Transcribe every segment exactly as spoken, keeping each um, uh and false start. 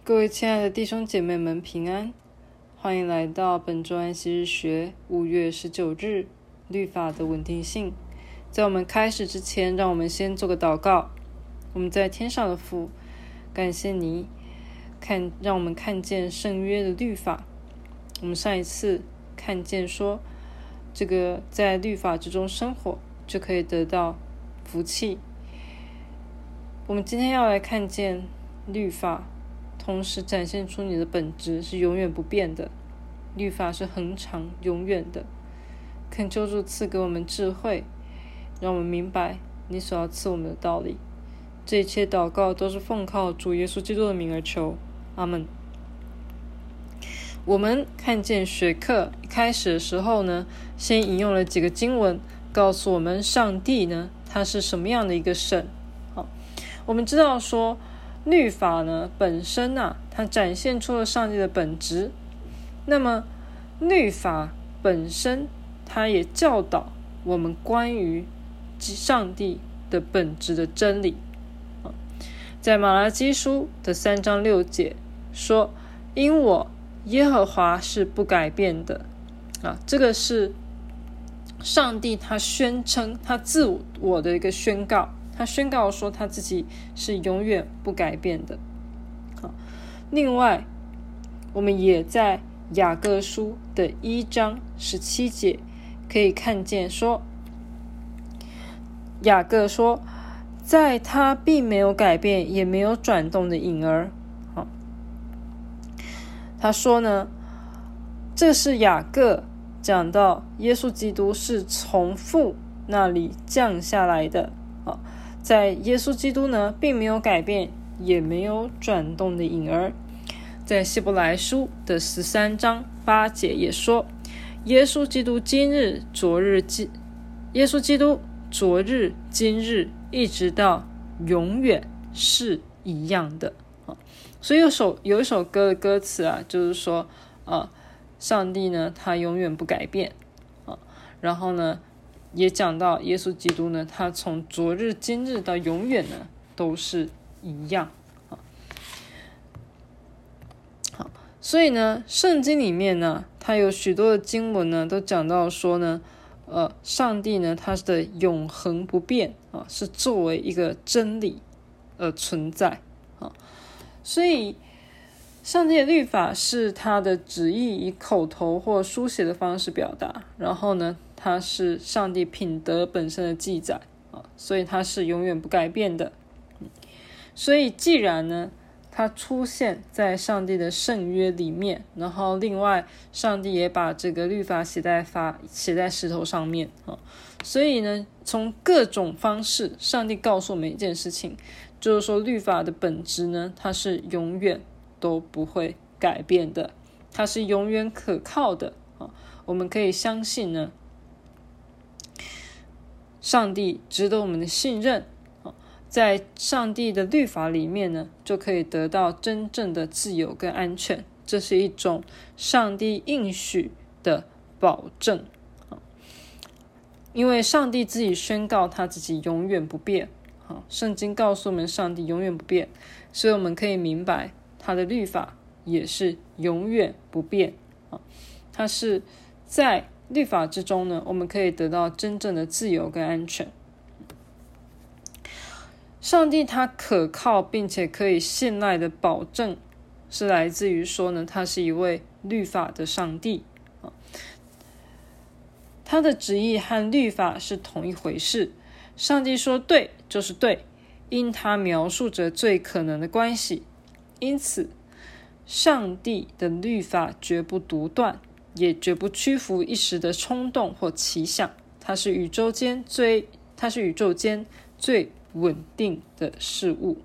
各位亲爱的弟兄姐妹们平安，欢迎来到本周安息日学五月十九日律法的稳定性。在我们开始之前，让我们先做个祷告。我们在天上的父，感谢你看让我们看见圣约的律法。我们上一次看见说，这个在律法之中生活就可以得到福气。我们今天要来看见律法同时展现出你的本质是永远不变的，律法是恒常永远的。恳求主赐给我们智慧，让我们明白你所要赐我们的道理。这一切祷告都是奉靠主耶稣基督的名而求，阿们。我们看见学课一开始的时候呢，先引用了几个经文，告诉我们上帝呢，他是什么样的一个神。好，我们知道说律法呢本身啊，它展现出了上帝的本质。那么律法本身，它也教导我们关于上帝的本质的真理。在马拉基书的三章六节说，因我耶和华是不改变的啊，这个是上帝他宣称他自我的一个宣告。他宣告说他自己是永远不改变的。好，另外我们也在雅各书的一章十七节可以看见说，雅各说，在他并没有改变也没有转动的影儿。好，他说呢，这是雅各讲到耶稣基督是从父那里降下来的。好，在耶稣基督呢，并没有改变，也没有转动的影儿。在希伯来书的十三章八节也说，耶稣基督今日、昨日、今耶稣基督昨日、今日，一直到永远是一样的。所以有首有一首歌的歌词啊，就是说，啊，上帝呢，他永远不改变啊。然后呢，也讲到耶稣基督呢，他从昨日、今日到永远呢，都是一样。好，所以呢，圣经里面呢，它有许多的经文呢，都讲到说呢，呃，上帝呢，他的永恒不变啊，是作为一个真理而存在啊。所以，上帝的律法是他的旨意以口头或书写的方式表达，然后呢，它是上帝品德本身的记载啊，所以它是永远不改变的。所以，既然呢，它出现在上帝的圣约里面，然后另外上帝也把这个律法写在法写在石头上面啊，所以呢，从各种方式，上帝告诉我们一件事情，就是说律法的本质呢，它是永远都不会改变的，它是永远可靠的啊。我们可以相信呢，上帝值得我们的信任。在上帝的律法里面呢，就可以得到真正的自由跟安全，这是一种上帝应许的保证。因为上帝自己宣告他自己永远不变，圣经告诉我们上帝永远不变，所以我们可以明白他的律法也是永远不变。它是在律法之中呢，我们可以得到真正的自由跟安全。上帝他可靠并且可以信赖的保证，是来自于说呢，他是一位律法的上帝。他的旨意和律法是同一回事。上帝说对就是对，因他描述着最可能的关系。因此，上帝的律法绝不独断，也绝不屈服一时的冲动或奇想。它是宇宙间最，它是宇宙间最稳定的事物。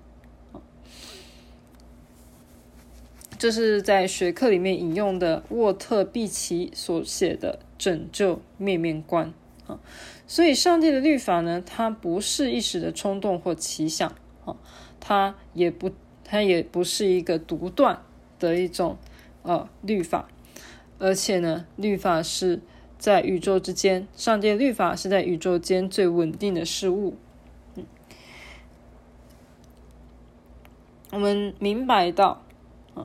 这是在学课里面引用的沃特毕奇所写的拯救面面观。所以上帝的律法呢，它不是一时的冲动或奇想，它也不它也不是一个独断的一种呃律法，而且呢，律法是在宇宙之间，上帝的律法是在宇宙间最稳定的事物。我们明白到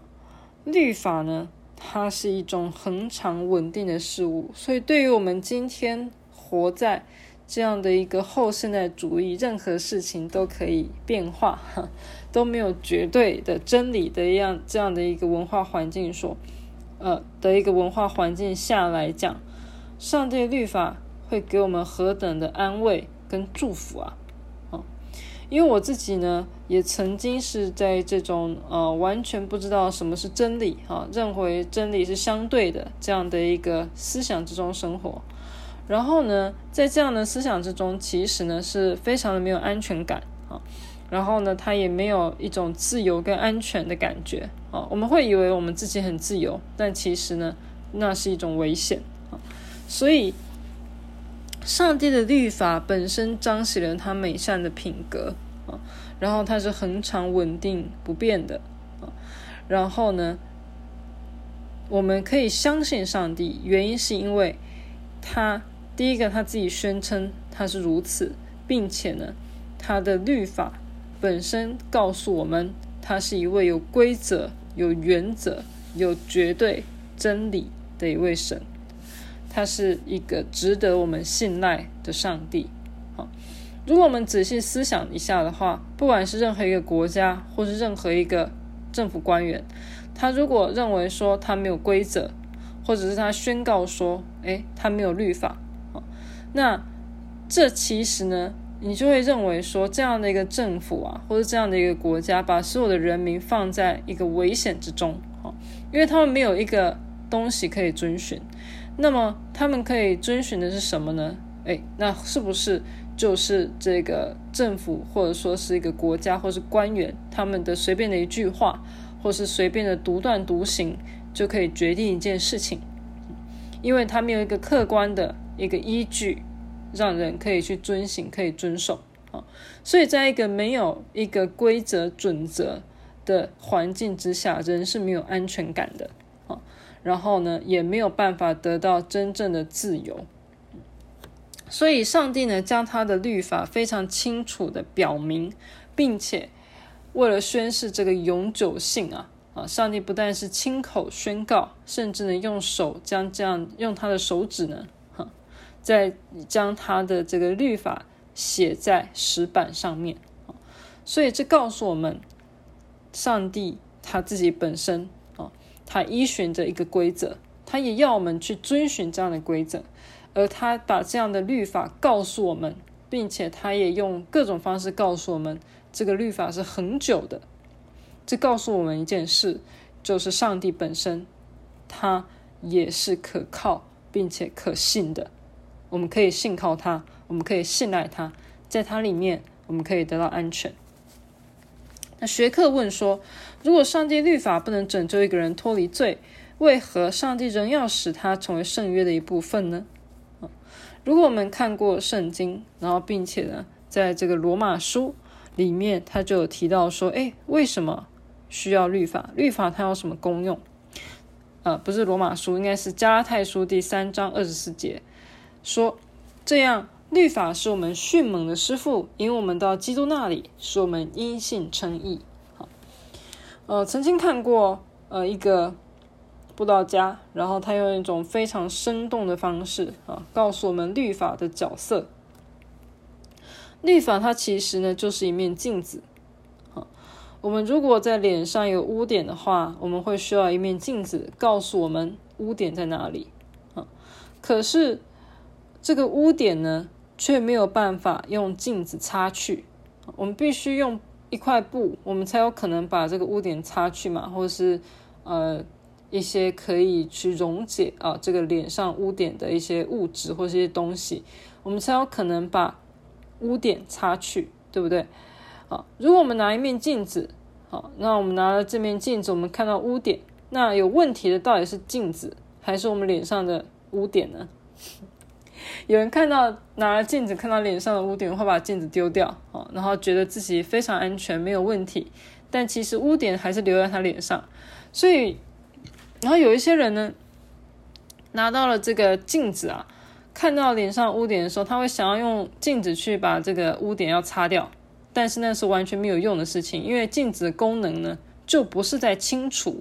律法呢，它是一种恒常稳定的事物，所以对于我们今天活在这样的一个后现代主义，任何事情都可以变化，都没有绝对的真理的一样这样的一个文化环境所呃的一个文化环境下来讲，上帝的律法会给我们何等的安慰跟祝福啊！哦、因为我自己呢，也曾经是在这种呃完全不知道什么是真理啊，认为真理是相对的这样的一个思想之中生活。然后呢，在这样的思想之中，其实呢是非常的没有安全感啊。然后呢，他也没有一种自由跟安全的感觉啊。我们会以为我们自己很自由，但其实呢，那是一种危险啊。所以，上帝的律法本身彰显了他美善的品格啊。然后它是恒常稳定不变的啊。然后呢，我们可以相信上帝，原因是因为他。第一个，他自己宣称他是如此，并且呢，他的律法本身告诉我们，他是一位有规则、有原则、有绝对真理的一位神，他是一个值得我们信赖的上帝。好，如果我们仔细思想一下的话，不管是任何一个国家，或是任何一个政府官员，他如果认为说他没有规则，或者是他宣告说，诶，他没有律法，那这其实呢，你就会认为说，这样的一个政府啊，或者这样的一个国家，把所有的人民放在一个危险之中，因为他们没有一个东西可以遵循。那么他们可以遵循的是什么呢？诶，那是不是就是这个政府，或者说是一个国家，或是官员，他们的随便的一句话，或是随便的独断独行，就可以决定一件事情？因为他没有一个客观的一个依据让人可以去遵行，可以遵守，所以在一个没有一个规则准则的环境之下，人是没有安全感的，然后呢也没有办法得到真正的自由。所以上帝呢将他的律法非常清楚的表明，并且为了宣示这个永久性啊啊，上帝不但是亲口宣告，甚至呢用手将这样用他的手指呢，哈，再将他的这个律法写在石板上面。所以这告诉我们，上帝他自己本身啊，他依循着一个规则，他也要我们去遵循这样的规则，而他把这样的律法告诉我们，并且他也用各种方式告诉我们，这个律法是恒久的。这告诉我们一件事，就是上帝本身他也是可靠并且可信的，我们可以信靠他，我们可以信赖他，在他里面我们可以得到安全。那学客问说，如果上帝律法不能拯救一个人脱离罪，为何上帝仍要使他成为圣约的一部分呢？如果我们看过圣经，然后并且呢在这个罗马书里面他就有提到说，诶，为什么需要律法？律法它有什么功用？呃，不是罗马书，应该是加拉太书第三章二十四节，说这样律法是我们训蒙的师傅，引我们到基督那里，使我们因信称义。好，呃，曾经看过呃一个布道家，然后他用一种非常生动的方式啊，告诉我们律法的角色。律法它其实呢就是一面镜子。我们如果在脸上有污点的话，我们会需要一面镜子告诉我们污点在哪里。可是这个污点呢却没有办法用镜子擦去，我们必须用一块布，我们才有可能把这个污点擦去嘛，或是呃一些可以去溶解啊这个脸上污点的一些物质或是一些东西，我们才有可能把污点擦去，对不对？好，如果我们拿一面镜子，好，那我们拿了这面镜子，我们看到污点，那有问题的到底是镜子还是我们脸上的污点呢？有人看到拿了镜子看到脸上的污点，会把镜子丢掉，然后觉得自己非常安全没有问题，但其实污点还是留在他脸上。所以然后有一些人呢拿到了这个镜子啊，看到脸上污点的时候，他会想要用镜子去把这个污点要擦掉，但是那是完全没有用的事情，因为镜子的功能呢就不是在清除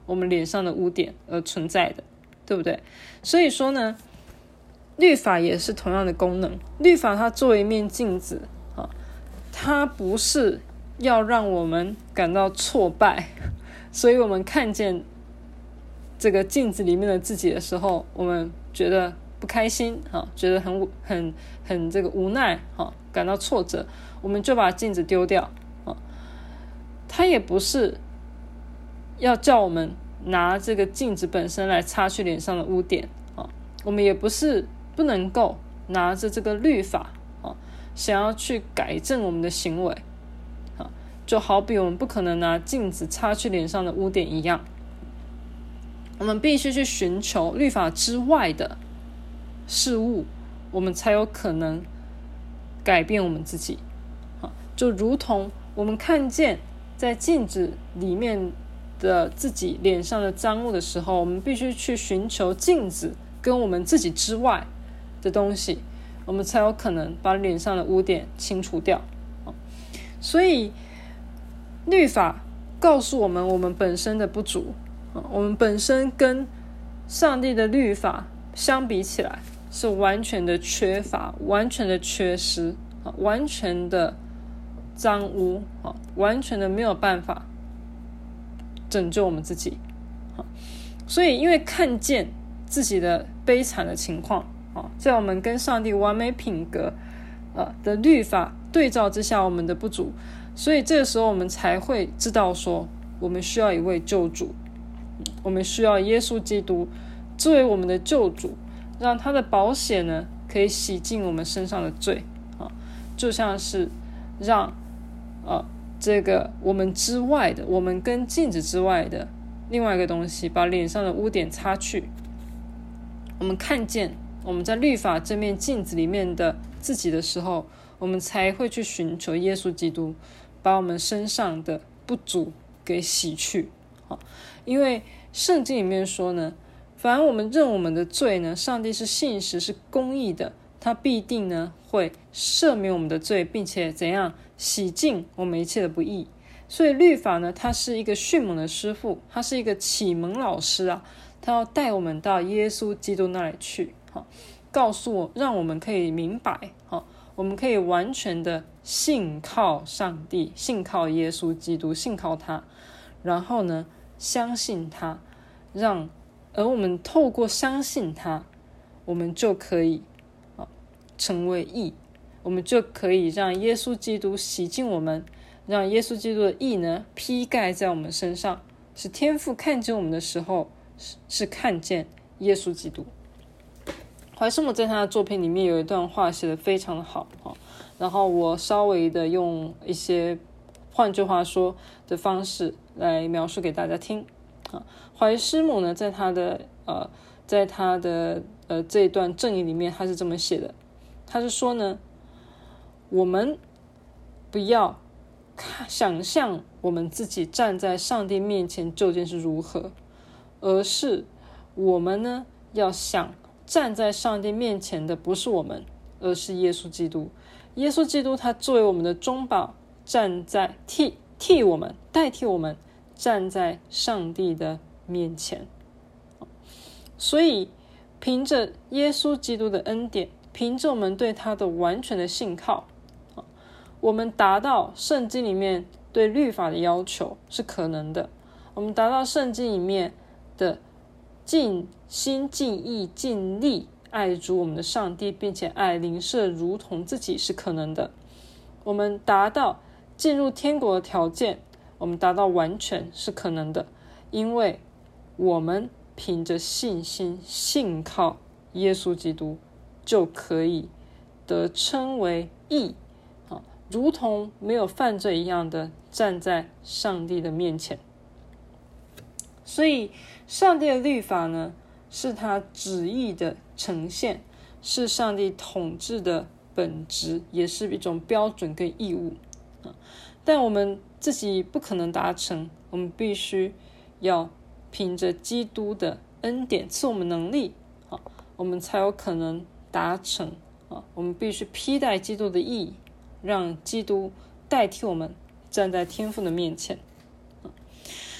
我们脸上的污点而存在的，对不对？所以说呢，律法也是同样的功能。律法它作为一面镜子，它不是要让我们感到挫败，所以我们看见这个镜子里面的自己的时候，我们觉得不开心，觉得很很很这个无奈，感到挫折，我们就把镜子丢掉。它也不是要叫我们拿这个镜子本身来擦去脸上的污点，我们也不是不能够拿着这个律法想要去改正我们的行为，就好比我们不可能拿镜子擦去脸上的污点一样，我们必须去寻求律法之外的事物，我们才有可能改变我们自己。就如同我们看见在镜子里面的自己脸上的脏污的时候，我们必须去寻求镜子跟我们自己之外的东西，我们才有可能把脸上的污点清除掉。所以律法告诉我们我们本身的不足，我们本身跟上帝的律法相比起来是完全的缺乏，完全的缺失，完全的脏污，完全的没有办法拯救我们自己。所以因为看见自己的悲惨的情况，在我们跟上帝完美品格的律法对照之下我们的不足，所以这个时候我们才会知道说我们需要一位救主，我们需要耶稣基督作为我们的救主，让他的宝血呢可以洗净我们身上的罪，就像是让呃这个我们之外的，我们跟镜子之外的另外一个东西把脸上的污点擦去，我们看见我们在律法这面镜子里面的自己的时候，我们才会去寻求耶稣基督把我们身上的不足给洗去。因为圣经里面说呢，凡我们认我们的罪呢，上帝是信实是公义的，他必定呢会赦免我们的罪，并且怎样洗净我们一切的不义。所以律法呢，它是一个训蒙的师傅，它是一个启蒙老师啊，他要带我们到耶稣基督那里去，告诉我，让我们可以明白，我们可以完全的信靠上帝，信靠耶稣基督，信靠他，然后呢相信他，让而我们透过相信他，我们就可以成为义，我们就可以让耶稣基督洗净我们，让耶稣基督的义呢披盖在我们身上，使天父看见我们的时候是看见耶稣基督。怀斯姆在他的作品里面有一段话写得非常的好，然后我稍微的用一些换句话说的方式来描述给大家听。怀斯姆呢在他的呃在他的呃这一段正义里面，他是这么写的，他是说呢，我们不要想象我们自己站在上帝面前究竟是如何，而是我们呢要想站在上帝面前的不是我们，而是耶稣基督。耶稣基督他作为我们的中保，站在替替我们代替我们站在上帝的面前。所以凭着耶稣基督的恩典，凭着我们对他的完全的信靠，我们达到圣经里面对律法的要求是可能的，我们达到圣经里面的尽心尽意尽力爱主我们的上帝，并且爱邻舍如同自己是可能的。我们达到进入天国的条件，我们达到完全是可能的，因为我们凭着信心信靠耶稣基督，就可以得称为义，如同没有犯罪一样的站在上帝的面前。所以上帝的律法呢，是他旨意的呈现，是上帝统治的本质，也是一种标准跟义务。但我们自己不可能达成，我们必须要凭着基督的恩典赐我们能力，我们才有可能达成。我们必须披戴基督的义，让基督代替我们站在天父的面前。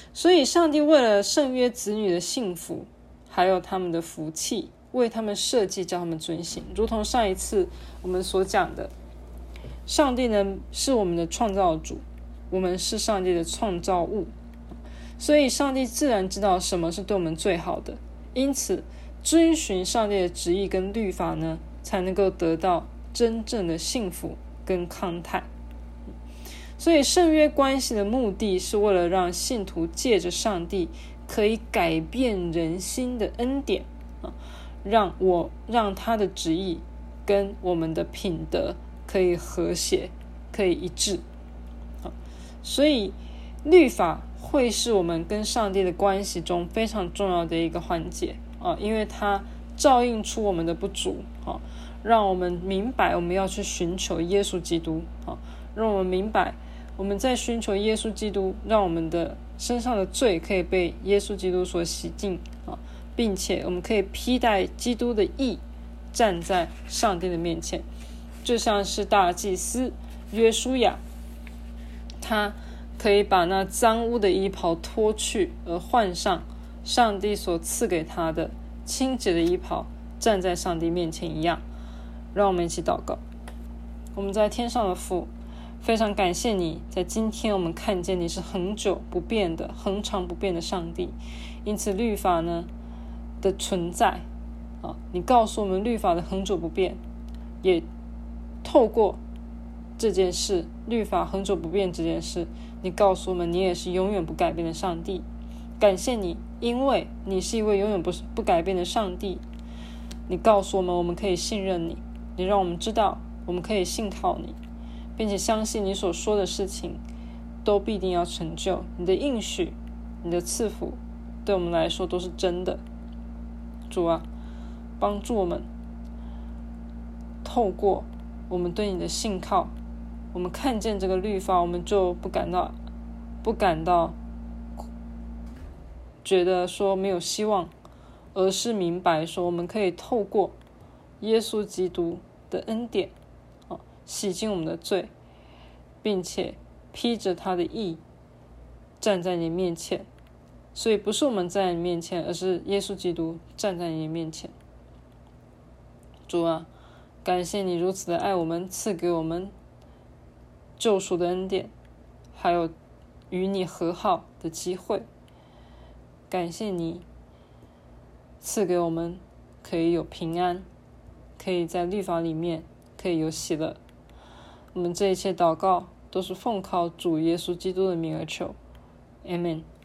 所以上帝为了圣约子女的幸福还有他们的福气，为他们设计，叫他们遵行。如同上一次我们所讲的，上帝呢是我们的创造主，我们是上帝的创造物，所以上帝自然知道什么是对我们最好的，因此遵循上帝的旨意跟律法呢，才能够得到真正的幸福跟康泰。所以圣约关系的目的是为了让信徒借着上帝可以改变人心的恩典，让我让他的旨意跟我们的品德可以和谐，可以一致。所以律法会是我们跟上帝的关系中非常重要的一个环节，因为它照映出我们的不足，让我们明白我们要去寻求耶稣基督，让我们明白我们在寻求耶稣基督，让我们的身上的罪可以被耶稣基督所洗净，并且我们可以披戴基督的义，站在上帝的面前。就像是大祭司约书亚，他可以把那脏污的衣袍脱去，而换上上帝所赐给他的清洁的衣袍，站在上帝面前一样。让我们一起祷告。我们在天上的父，非常感谢你，在今天我们看见你是恒久不变的、恒常不变的上帝。因此律法呢的存在，啊，你告诉我们律法的恒久不变，也透过这件事，律法恒久不变这件事，你告诉我们你也是永远不改变的上帝。感谢你，因为你是一位永远不不改变的上帝。你告诉我们我们可以信任你，你让我们知道我们可以信靠你，并且相信你所说的事情都必定要成就。你的应许，你的赐福对我们来说都是真的。主啊，帮助我们透过我们对你的信靠，我们看见这个律法，我们就不感到不感到觉得说没有希望，而是明白说我们可以透过耶稣基督的恩典，啊，洗净我们的罪，并且披着他的义站在你面前。所以不是我们站在你面前，而是耶稣基督站在你面前。主啊，感谢你如此的爱我们，赐给我们救赎的恩典，还有与你和好的机会。感谢你赐给我们可以有平安，可以在律法里面可以有喜乐。我们这一切祷告都是奉靠主耶稣基督的名而求， Amen。